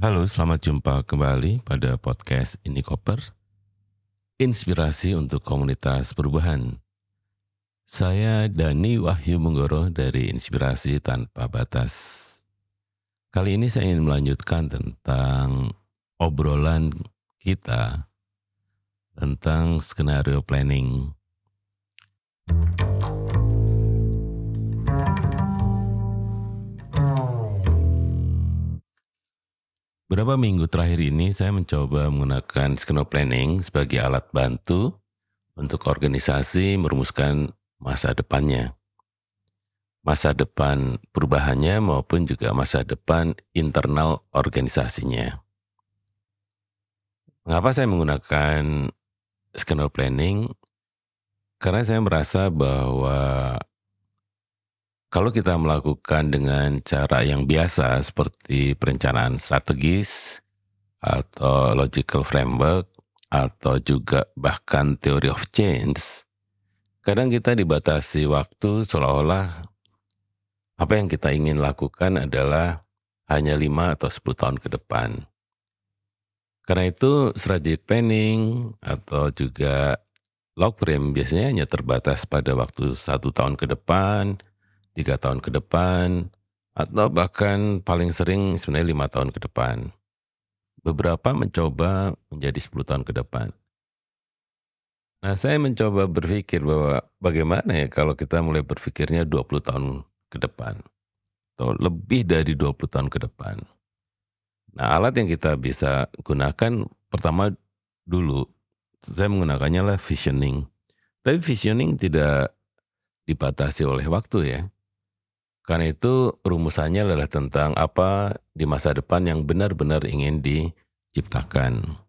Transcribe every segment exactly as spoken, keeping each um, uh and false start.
Halo, selamat jumpa kembali pada podcast Ini Koper, inspirasi untuk komunitas perubahan. Saya Dani Wahyu Menggoro dari Inspirasi Tanpa Batas. Kali ini saya ingin melanjutkan tentang obrolan kita tentang skenario planning. Beberapa minggu terakhir ini saya mencoba menggunakan skenario planning sebagai alat bantu untuk organisasi merumuskan masa depannya. Masa depan perubahannya maupun juga masa depan internal organisasinya. Mengapa saya menggunakan skenario planning? Karena saya merasa bahwa kalau kita melakukan dengan cara yang biasa seperti perencanaan strategis atau logical framework atau juga bahkan theory of change, kadang kita dibatasi waktu seolah-olah apa yang kita ingin lakukan adalah hanya lima atau sepuluh tahun ke depan. Karena itu strategic planning atau juga log frame biasanya hanya terbatas pada waktu satu tahun ke depan, tiga tahun ke depan, atau bahkan paling sering sebenarnya lima tahun ke depan. Beberapa mencoba menjadi sepuluh tahun ke depan. Nah, saya mencoba berpikir bahwa bagaimana ya kalau kita mulai berpikirnya dua puluh tahun ke depan atau lebih dari dua puluh tahun ke depan. Nah, alat yang kita bisa gunakan pertama dulu, saya menggunakannya lah visioning. Tapi visioning tidak dibatasi oleh waktu ya. Karena itu rumusannya adalah tentang apa di masa depan yang benar-benar ingin diciptakan.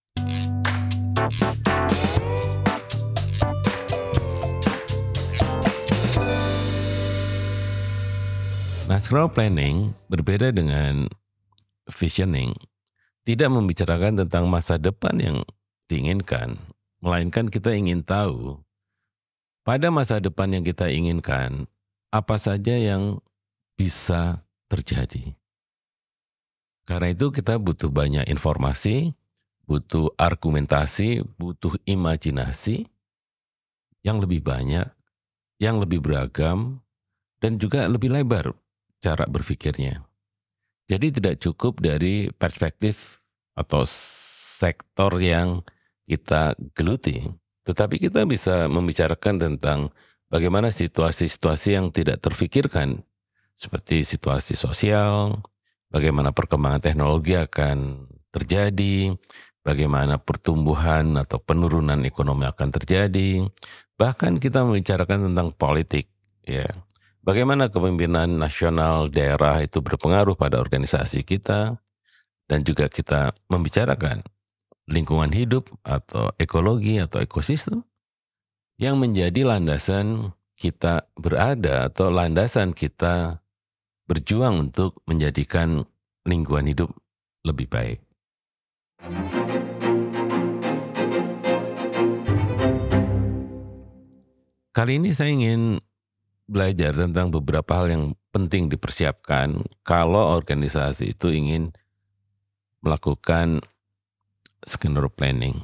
Nah, scenario planning berbeda dengan visioning. Tidak membicarakan tentang masa depan yang diinginkan, melainkan kita ingin tahu pada masa depan yang kita inginkan, apa saja yang bisa terjadi. Karena itu kita butuh banyak informasi, butuh argumentasi, butuh imajinasi yang lebih banyak, yang lebih beragam, dan juga lebih lebar cara berpikirnya. Jadi tidak cukup dari perspektif atau sektor yang kita geluti, tetapi kita bisa membicarakan tentang bagaimana situasi-situasi yang tidak terfikirkan, seperti situasi sosial, bagaimana perkembangan teknologi akan terjadi, bagaimana pertumbuhan atau penurunan ekonomi akan terjadi, bahkan kita membicarakan tentang politik, ya. Bagaimana kepemimpinan nasional daerah itu berpengaruh pada organisasi kita, dan juga kita membicarakan lingkungan hidup atau ekologi atau ekosistem yang menjadi landasan kita berada atau landasan kita berjuang untuk menjadikan lingkungan hidup lebih baik. Kali ini saya ingin belajar tentang beberapa hal yang penting dipersiapkan kalau organisasi itu ingin melakukan skenario planning.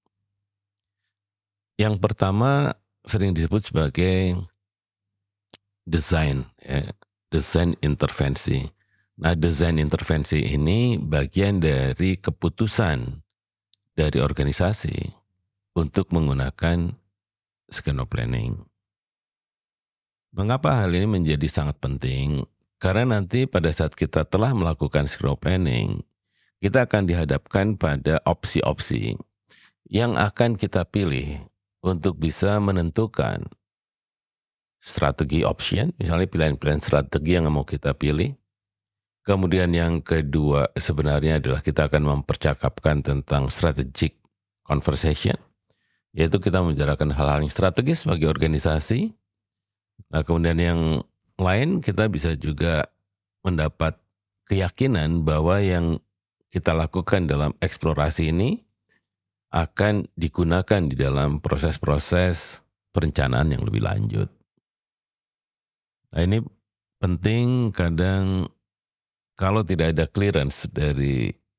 Yang pertama sering disebut sebagai desain, ya, desain intervensi. Nah, desain intervensi ini bagian dari keputusan dari organisasi untuk menggunakan skenario planning. Mengapa hal ini menjadi sangat penting? Karena nanti pada saat kita telah melakukan skenario planning, kita akan dihadapkan pada opsi-opsi yang akan kita pilih untuk bisa menentukan strategi option, misalnya pilihan-pilihan strategi yang mau kita pilih. Kemudian yang kedua sebenarnya adalah kita akan mempercakapkan tentang strategic conversation, yaitu kita membicarakan hal-hal yang strategis bagi organisasi. Nah, kemudian yang lain kita bisa juga mendapat keyakinan bahwa yang kita lakukan dalam eksplorasi ini akan digunakan di dalam proses-proses perencanaan yang lebih lanjut. Nah, ini penting kadang kalau tidak ada clearance dari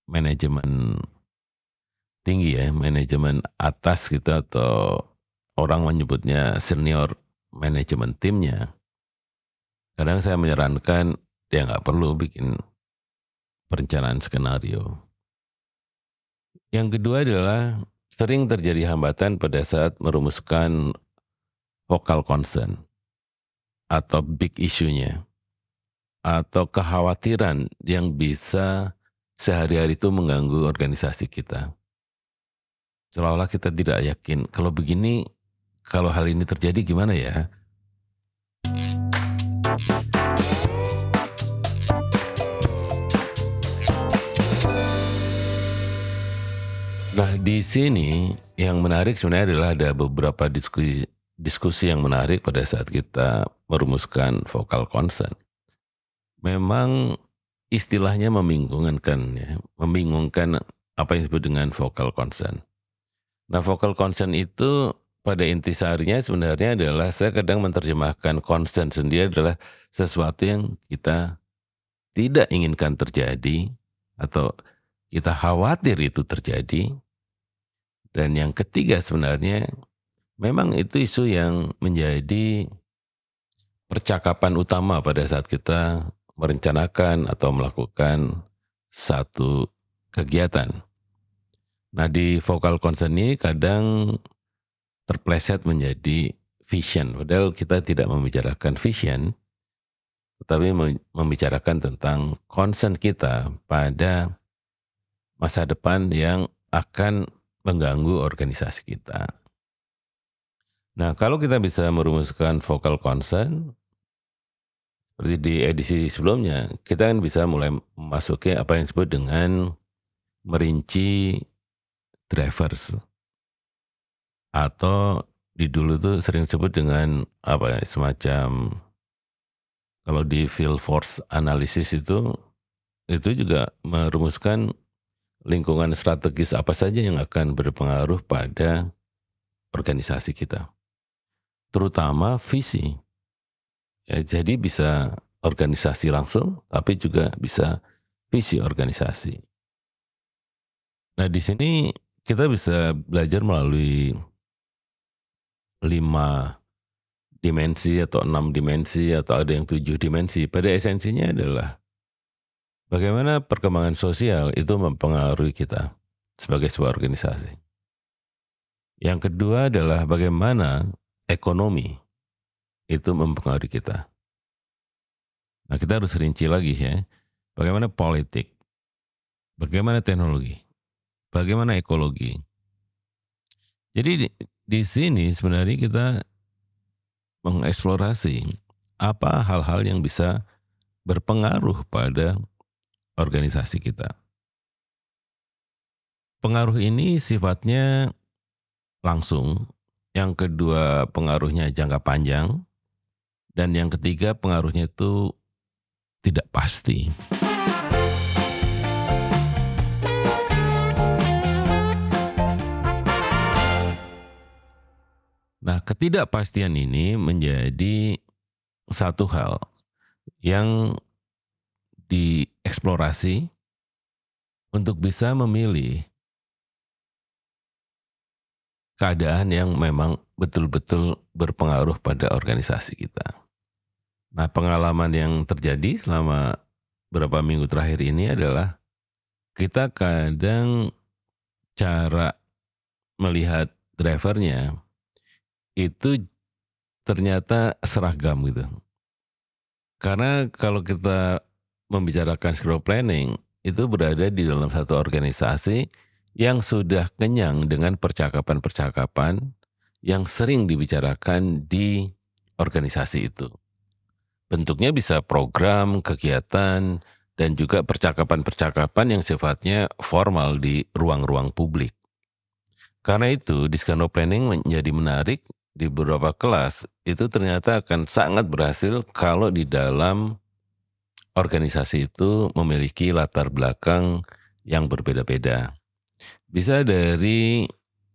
manajemen tinggi ya, manajemen atas gitu atau orang menyebutnya senior manajemen timnya, kadang saya menyarankan dia nggak perlu bikin perencanaan skenario. Yang kedua adalah sering terjadi hambatan pada saat merumuskan focal concern atau big issue-nya, atau kekhawatiran yang bisa sehari-hari itu mengganggu organisasi kita. Seolah-olah kita tidak yakin, kalau begini, kalau hal ini terjadi gimana ya? Nah, di sini yang menarik sebenarnya adalah ada beberapa diskusi diskusi yang menarik pada saat kita merumuskan focal concern. Memang istilahnya membingungkan ya, membingungkan apa yang disebut dengan focal concern. Nah, focal concern itu pada intisarinya sebenarnya adalah saya kadang menerjemahkan concern sendiri adalah sesuatu yang kita tidak inginkan terjadi atau kita khawatir itu terjadi. Dan yang ketiga sebenarnya memang itu isu yang menjadi percakapan utama pada saat kita merencanakan atau melakukan satu kegiatan. Nah, di focal concern ini kadang terpleset menjadi vision. Padahal kita tidak membicarakan vision, tetapi membicarakan tentang concern kita pada masa depan yang akan mengganggu organisasi kita. Nah, kalau kita bisa merumuskan focal concern, seperti di edisi sebelumnya, kita kan bisa mulai memasuki apa yang disebut dengan merinci drivers. Atau di dulu tuh sering disebut dengan apa ya, semacam kalau di field force analysis itu, itu juga merumuskan lingkungan strategis apa saja yang akan berpengaruh pada organisasi kita. Terutama visi. Ya, jadi bisa organisasi langsung, tapi juga bisa visi organisasi. Nah, di sini kita bisa belajar melalui lima dimensi atau enam dimensi atau ada yang tujuh dimensi. Pada esensinya adalah bagaimana perkembangan sosial itu mempengaruhi kita sebagai sebuah organisasi. Yang kedua adalah bagaimana ekonomi itu mempengaruhi kita. Nah, kita harus rinci lagi ya, bagaimana politik, bagaimana teknologi, bagaimana ekologi. Jadi di, di sini sebenarnya kita mengeksplorasi apa hal-hal yang bisa berpengaruh pada organisasi kita. Pengaruh ini sifatnya langsung, yang kedua pengaruhnya jangka panjang, dan yang ketiga pengaruhnya itu tidak pasti. Nah, ketidakpastian ini menjadi satu hal yang dieksplorasi untuk bisa memilih keadaan yang memang betul-betul berpengaruh pada organisasi kita. Nah, pengalaman yang terjadi selama beberapa minggu terakhir ini adalah kita kadang cara melihat drivernya itu ternyata seragam gitu. Karena kalau kita membicarakan scrum planning, itu berada di dalam satu organisasi yang sudah kenyang dengan percakapan-percakapan yang sering dibicarakan di organisasi itu. Bentuknya bisa program, kegiatan, dan juga percakapan-percakapan yang sifatnya formal di ruang-ruang publik. Karena itu, di Scrum Planning menjadi menarik di beberapa kelas, itu ternyata akan sangat berhasil kalau di dalam organisasi itu memiliki latar belakang yang berbeda-beda. Bisa dari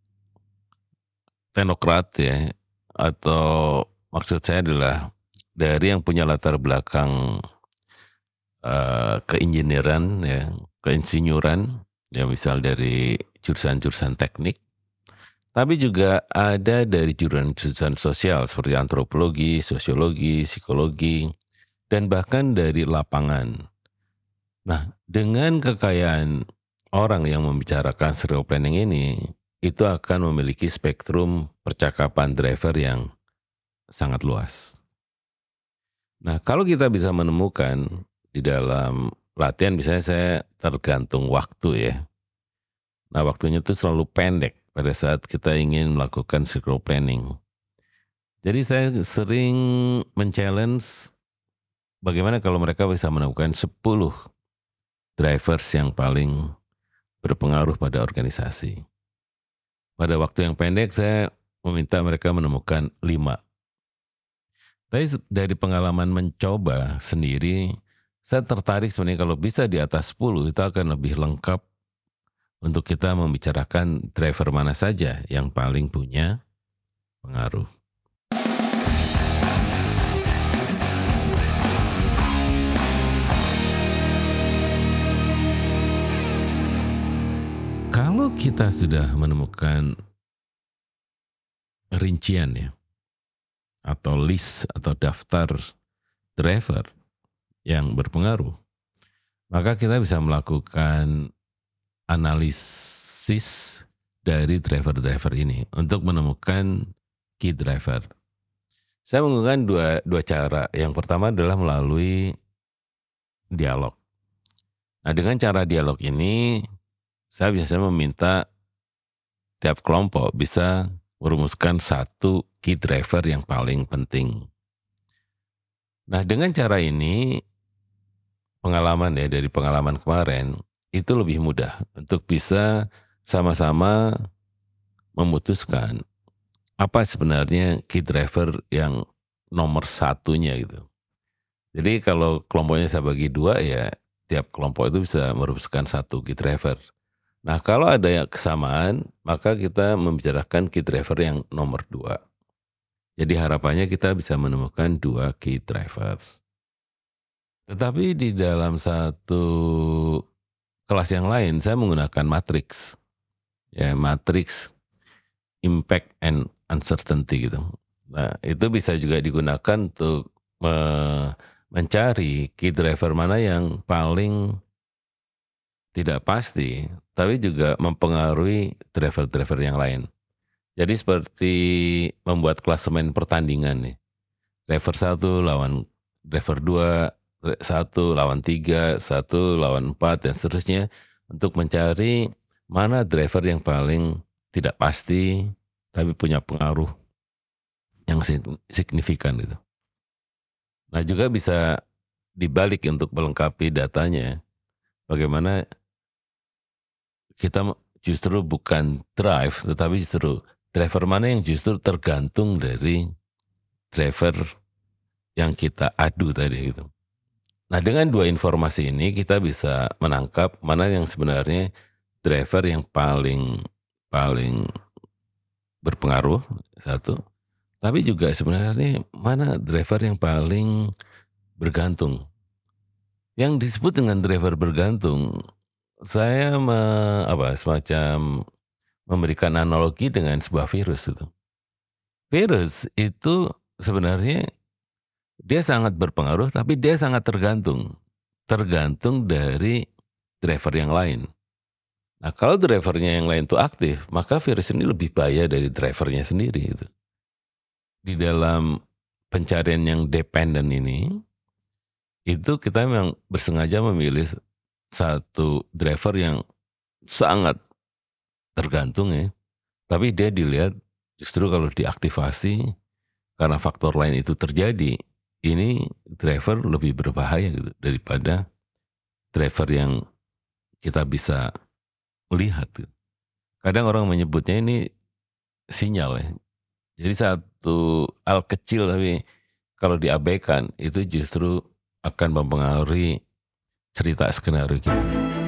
teknokrat ya, atau maksud saya adalah dari yang punya latar belakang uh, keinjineran ya, keinsinyuran, ya misal dari jurusan-jurusan teknik, tapi juga ada dari jurusan-jurusan sosial seperti antropologi, sosiologi, psikologi, dan bahkan dari lapangan. Nah, dengan kekayaan orang yang membicarakan serial planning ini, itu akan memiliki spektrum percakapan driver yang sangat luas. Nah, kalau kita bisa menemukan di dalam latihan, misalnya saya tergantung waktu ya. Nah, waktunya itu selalu pendek pada saat kita ingin melakukan serial planning. Jadi saya sering men-challenge bagaimana kalau mereka bisa menemukan sepuluh drivers yang paling berpengaruh pada organisasi. Pada waktu yang pendek saya meminta mereka menemukan lima. Tapi se- dari pengalaman mencoba sendiri, saya tertarik sebenarnya kalau bisa di atas sepuluh itu akan lebih lengkap untuk kita membicarakan driver mana saja yang paling punya pengaruh. Kalau kita sudah menemukan rincian ya, atau list atau daftar driver yang berpengaruh, maka kita bisa melakukan analisis dari driver-driver ini untuk menemukan key driver. Saya menggunakan dua, dua cara. Yang pertama adalah melalui dialog. Nah, dengan cara dialog ini, saya biasanya meminta tiap kelompok bisa merumuskan satu key driver yang paling penting. Nah, dengan cara ini, pengalaman ya dari pengalaman kemarin, itu lebih mudah untuk bisa sama-sama memutuskan apa sebenarnya key driver yang nomor satunya gitu. Jadi kalau kelompoknya saya bagi dua ya tiap kelompok itu bisa merumuskan satu key driver. Nah kalau ada yang kesamaan maka kita membicarakan key driver yang nomor dua. Jadi harapannya kita bisa menemukan dua key driver. Tetapi di dalam satu kelas yang lain saya menggunakan matriks. Ya matriks impact and uncertainty gitu. Nah, itu bisa juga digunakan untuk me- mencari key driver mana yang paling tidak pasti, tapi juga mempengaruhi driver-driver yang lain. Jadi seperti membuat klasemen pertandingan nih. Driver satu lawan driver dua, satu lawan tiga, satu lawan empat, dan seterusnya untuk mencari mana driver yang paling tidak pasti, tapi punya pengaruh yang signifikan gitu. Nah juga bisa dibalik untuk melengkapi datanya, bagaimana kita justru bukan drive, tetapi justru driver mana yang justru tergantung dari driver yang kita adu tadi gitu. Nah dengan dua informasi ini kita bisa menangkap mana yang sebenarnya driver yang paling paling berpengaruh, satu. Tapi juga sebenarnya mana driver yang paling bergantung. Yang disebut dengan driver bergantung, saya me, apa, semacam memberikan analogi dengan sebuah virus itu. Virus itu sebenarnya dia sangat berpengaruh tapi dia sangat tergantung. Tergantung dari driver yang lain. Nah kalau drivernya yang lain itu aktif, maka virus ini lebih bahaya dari drivernya sendiri. Itu. Di dalam pencarian yang dependen ini, itu kita memang bersengaja memilih satu driver yang sangat tergantung ya. Tapi dia dilihat justru kalau diaktifasi karena faktor lain itu terjadi, ini driver lebih berbahaya gitu daripada driver yang kita bisa melihat. Gitu. Kadang orang menyebutnya ini sinyal ya. Jadi satu hal kecil tapi kalau diabaikan itu justru akan mempengaruhi cerita skenario kita.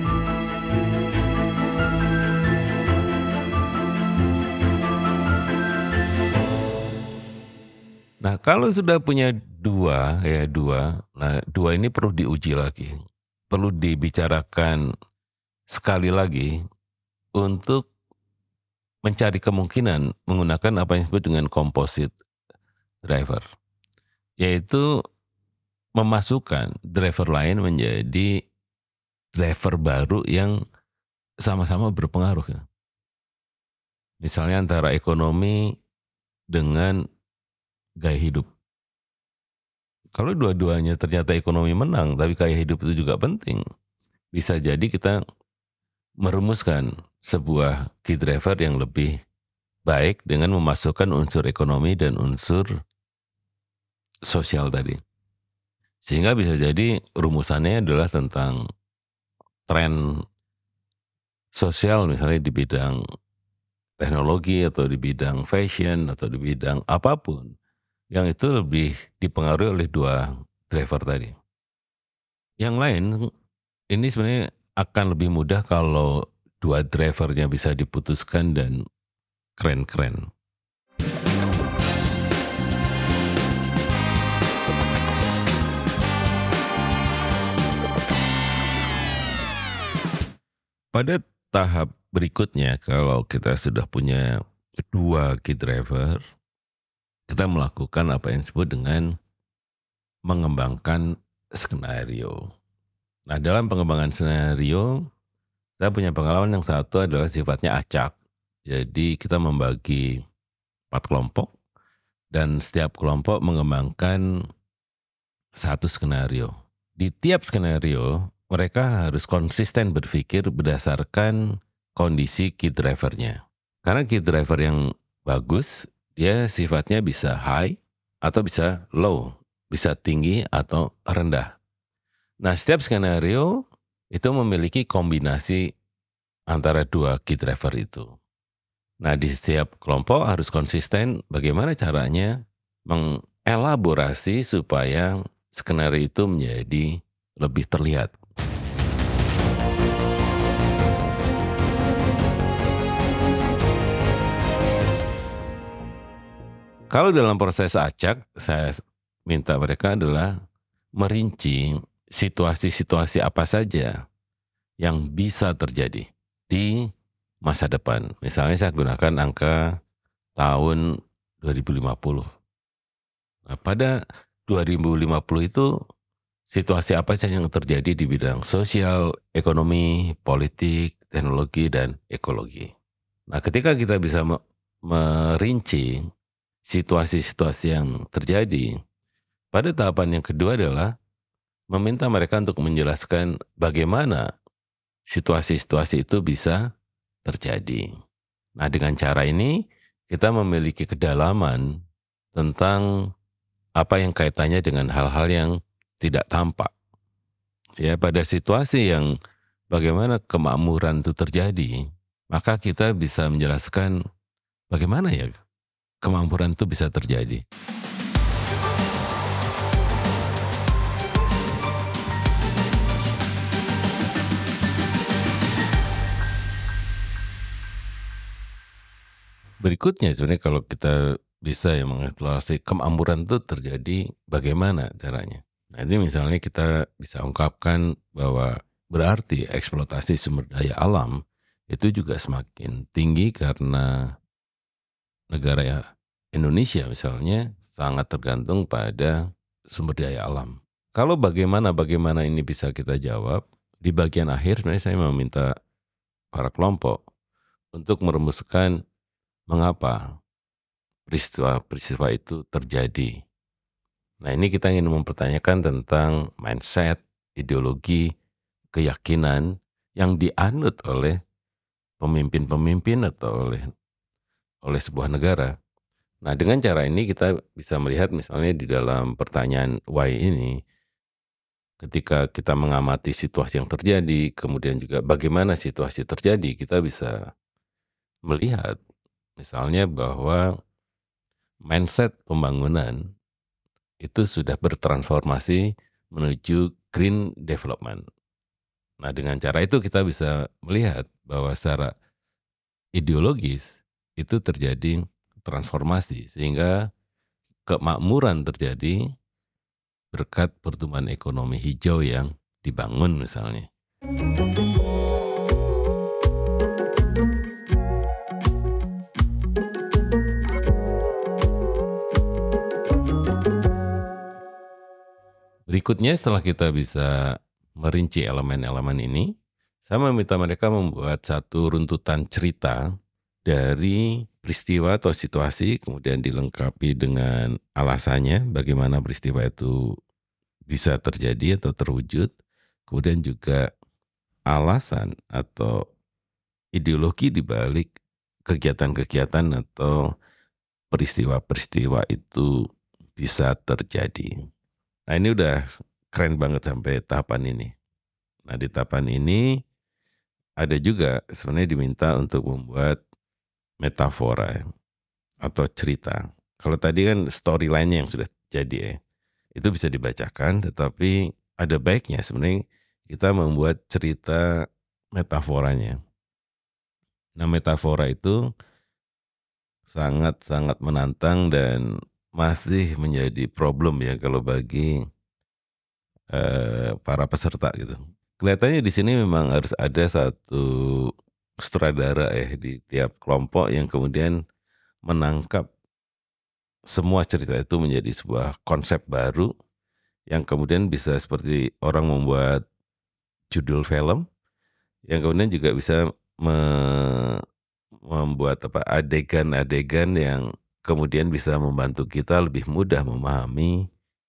Nah kalau sudah punya dua, ya dua, nah dua ini perlu diuji lagi. Perlu dibicarakan sekali lagi untuk mencari kemungkinan menggunakan apa yang disebut dengan composite driver, yaitu memasukkan driver lain menjadi driver baru yang sama-sama berpengaruh ya. Misalnya antara ekonomi dengan gaya hidup. Kalau dua-duanya ternyata ekonomi menang, tapi gaya hidup itu juga penting, bisa jadi kita merumuskan sebuah key driver yang lebih baik dengan memasukkan unsur ekonomi dan unsur sosial tadi. Sehingga bisa jadi rumusannya adalah tentang tren sosial misalnya di bidang teknologi atau di bidang fashion atau di bidang apapun yang itu lebih dipengaruhi oleh dua driver tadi. Yang lain ini sebenarnya akan lebih mudah kalau dua drivernya bisa diputuskan dan keren-keren. Pada tahap berikutnya kalau kita sudah punya dua key driver, kita melakukan apa yang disebut dengan mengembangkan skenario. Nah, dalam pengembangan skenario, saya punya pengalaman yang satu adalah sifatnya acak. Jadi kita membagi empat kelompok dan setiap kelompok mengembangkan satu skenario. Di tiap skenario, mereka harus konsisten berpikir berdasarkan kondisi key drivernya. Karena key driver yang bagus, dia sifatnya bisa high atau bisa low, bisa tinggi atau rendah. Nah, setiap skenario itu memiliki kombinasi antara dua key driver itu. Nah, di setiap kelompok harus konsisten bagaimana caranya mengelaborasi supaya skenario itu menjadi lebih terlihat. Kalau dalam proses acak, saya minta mereka adalah merinci situasi-situasi apa saja yang bisa terjadi di masa depan. Misalnya saya gunakan angka tahun dua ribu lima puluh. Nah, pada dua ribu lima puluh itu situasi apa saja yang terjadi di bidang sosial, ekonomi, politik, teknologi, dan ekologi. Nah, ketika kita bisa me- merinci situasi-situasi yang terjadi, pada tahapan yang kedua adalah meminta mereka untuk menjelaskan bagaimana situasi-situasi itu bisa terjadi. Nah, dengan cara ini kita memiliki kedalaman tentang apa yang kaitannya dengan hal-hal yang tidak tampak. Ya, pada situasi yang bagaimana kemakmuran itu terjadi, maka kita bisa menjelaskan bagaimana ya kemakmuran itu bisa terjadi. Berikutnya sebenarnya kalau kita bisa ya mengeksplorasi kemakmuran itu terjadi bagaimana caranya. Nah, ini misalnya kita bisa ungkapkan bahwa berarti eksploitasi sumber daya alam itu juga semakin tinggi karena negara ya Indonesia misalnya sangat tergantung pada sumber daya alam. Kalau bagaimana bagaimana ini bisa kita jawab, di bagian akhir sebenarnya saya meminta para kelompok untuk merumuskan mengapa peristiwa-peristiwa itu terjadi. Nah, ini kita ingin mempertanyakan tentang mindset, ideologi, keyakinan yang dianut oleh pemimpin-pemimpin atau oleh oleh sebuah negara. Nah, dengan cara ini kita bisa melihat misalnya di dalam pertanyaan why ini, ketika kita mengamati situasi yang terjadi, kemudian juga bagaimana situasi terjadi, kita bisa melihat misalnya bahwa mindset pembangunan itu sudah bertransformasi menuju green development. Nah, dengan cara itu kita bisa melihat bahwa secara ideologis itu terjadi transformasi sehingga kemakmuran terjadi berkat pertumbuhan ekonomi hijau yang dibangun misalnya. Berikutnya setelah kita bisa merinci elemen-elemen ini, saya meminta mereka membuat satu runtutan cerita dari peristiwa atau situasi, kemudian dilengkapi dengan alasannya, bagaimana peristiwa itu bisa terjadi atau terwujud, kemudian juga alasan atau ideologi di balik kegiatan-kegiatan atau peristiwa-peristiwa itu bisa terjadi. Nah, ini udah keren banget sampai tahapan ini. Nah, di tahapan ini ada juga sebenarnya diminta untuk membuat metafora ya, atau cerita. Kalau tadi kan storyline-nya yang sudah jadi ya, itu bisa dibacakan, tetapi ada baiknya sebenarnya kita membuat cerita metaforanya. Nah, metafora itu sangat-sangat menantang dan masih menjadi problem ya kalau bagi, eee, para peserta gitu. Kelihatannya di sini memang harus ada satu sutradara ya di tiap kelompok yang kemudian menangkap semua cerita itu menjadi sebuah konsep baru yang kemudian bisa seperti orang membuat judul film, yang kemudian juga bisa me membuat apa, adegan-adegan yang kemudian bisa membantu kita lebih mudah memahami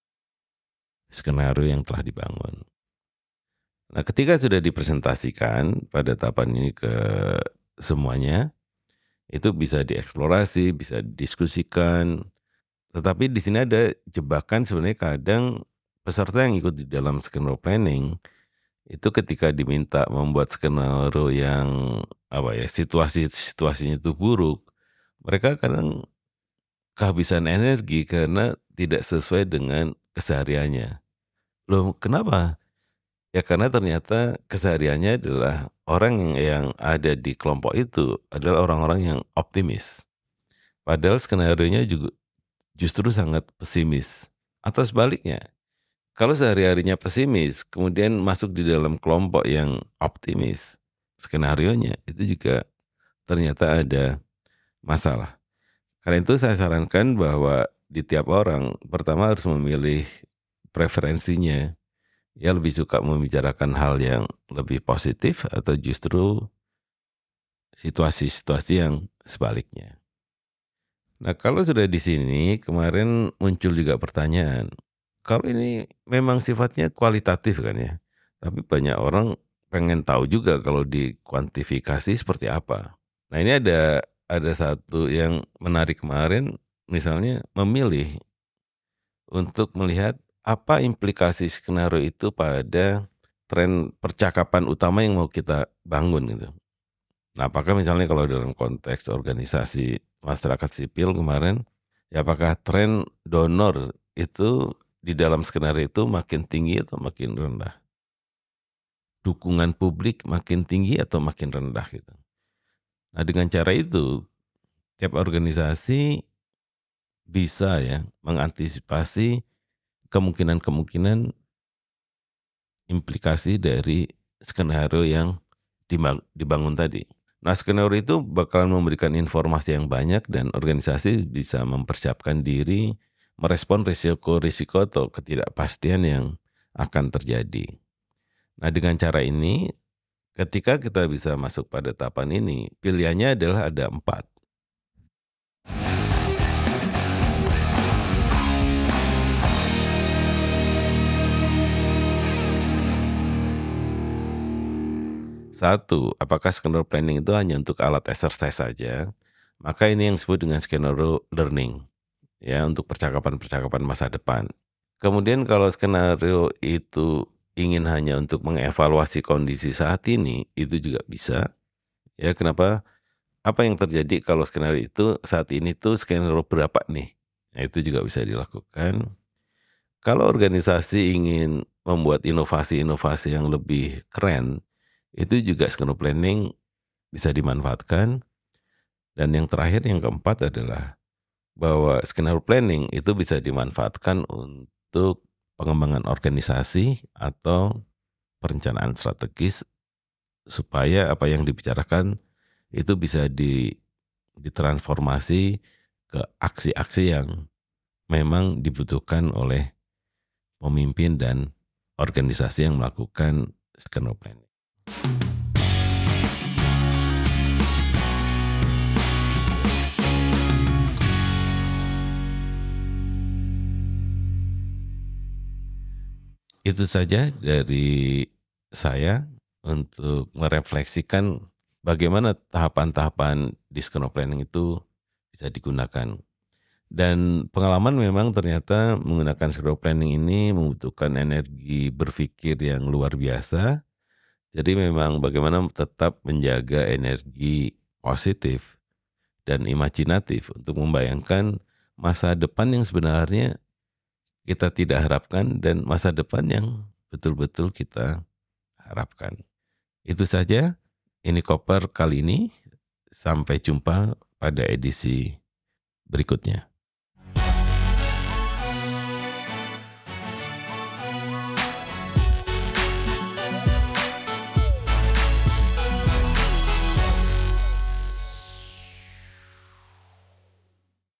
skenario yang telah dibangun. Nah, ketika sudah dipresentasikan pada tahapan ini ke semuanya, itu bisa dieksplorasi, bisa didiskusikan, tetapi di sini ada jebakan sebenarnya kadang peserta yang ikut di dalam skenario planning, itu ketika diminta membuat skenario yang, apa ya, situasi-situasinya itu buruk, mereka kadang kehabisan energi karena tidak sesuai dengan kesehariannya. Loh kenapa? Ya karena ternyata kesehariannya adalah orang yang yang ada di kelompok itu adalah orang-orang yang optimis. Padahal skenarionya juga justru sangat pesimis. Atau sebaliknya, kalau sehari-harinya pesimis, kemudian masuk di dalam kelompok yang optimis, skenarionya itu juga ternyata ada masalah. Karena itu saya sarankan bahwa di tiap orang, pertama harus memilih preferensinya. Ya lebih suka membicarakan hal yang lebih positif atau justru situasi-situasi yang sebaliknya. Nah, kalau sudah di sini kemarin muncul juga pertanyaan, kalau ini memang sifatnya kualitatif kan ya, tapi banyak orang pengen tahu juga kalau dikuantifikasi seperti apa. Nah, ini ada ada satu yang menarik kemarin, misalnya memilih untuk melihat apa implikasi skenario itu pada tren percakapan utama yang mau kita bangun gitu. Nah, apakah misalnya kalau dalam konteks organisasi masyarakat sipil kemarin, ya apakah tren donor itu di dalam skenario itu makin tinggi atau makin rendah? Dukungan publik makin tinggi atau makin rendah gitu. Nah, dengan cara itu tiap organisasi bisa ya mengantisipasi kemungkinan-kemungkinan implikasi dari skenario yang dibang- dibangun tadi. Nah, skenario itu bakalan memberikan informasi yang banyak dan organisasi bisa mempersiapkan diri merespon risiko-risiko atau ketidakpastian yang akan terjadi. Nah, dengan cara ini, ketika kita bisa masuk pada tahapan ini, pilihannya adalah ada empat. Satu, apakah skenario planning itu hanya untuk alat exercise saja? Maka ini yang disebut dengan skenario learning, ya untuk percakapan-percakapan masa depan. Kemudian kalau skenario itu ingin hanya untuk mengevaluasi kondisi saat ini, itu juga bisa. Ya kenapa? Apa yang terjadi kalau skenario itu saat ini tuh skenario berapa nih? Nah, itu juga bisa dilakukan. Kalau organisasi ingin membuat inovasi-inovasi yang lebih keren, itu juga skenario planning bisa dimanfaatkan. Dan yang terakhir, yang keempat adalah bahwa skenario planning itu bisa dimanfaatkan untuk pengembangan organisasi atau perencanaan strategis supaya apa yang dibicarakan itu bisa di, ditransformasi ke aksi-aksi yang memang dibutuhkan oleh pemimpin dan organisasi yang melakukan skenario planning. Itu saja dari saya untuk merefleksikan bagaimana tahapan-tahapan di skenario planning itu bisa digunakan. Dan pengalaman memang ternyata menggunakan skenario planning ini membutuhkan energi berpikir yang luar biasa. Jadi memang bagaimana tetap menjaga energi positif dan imajinatif untuk membayangkan masa depan yang sebenarnya kita tidak harapkan dan masa depan yang betul-betul kita harapkan. Itu saja, ini Koper kali ini. Sampai jumpa pada edisi berikutnya.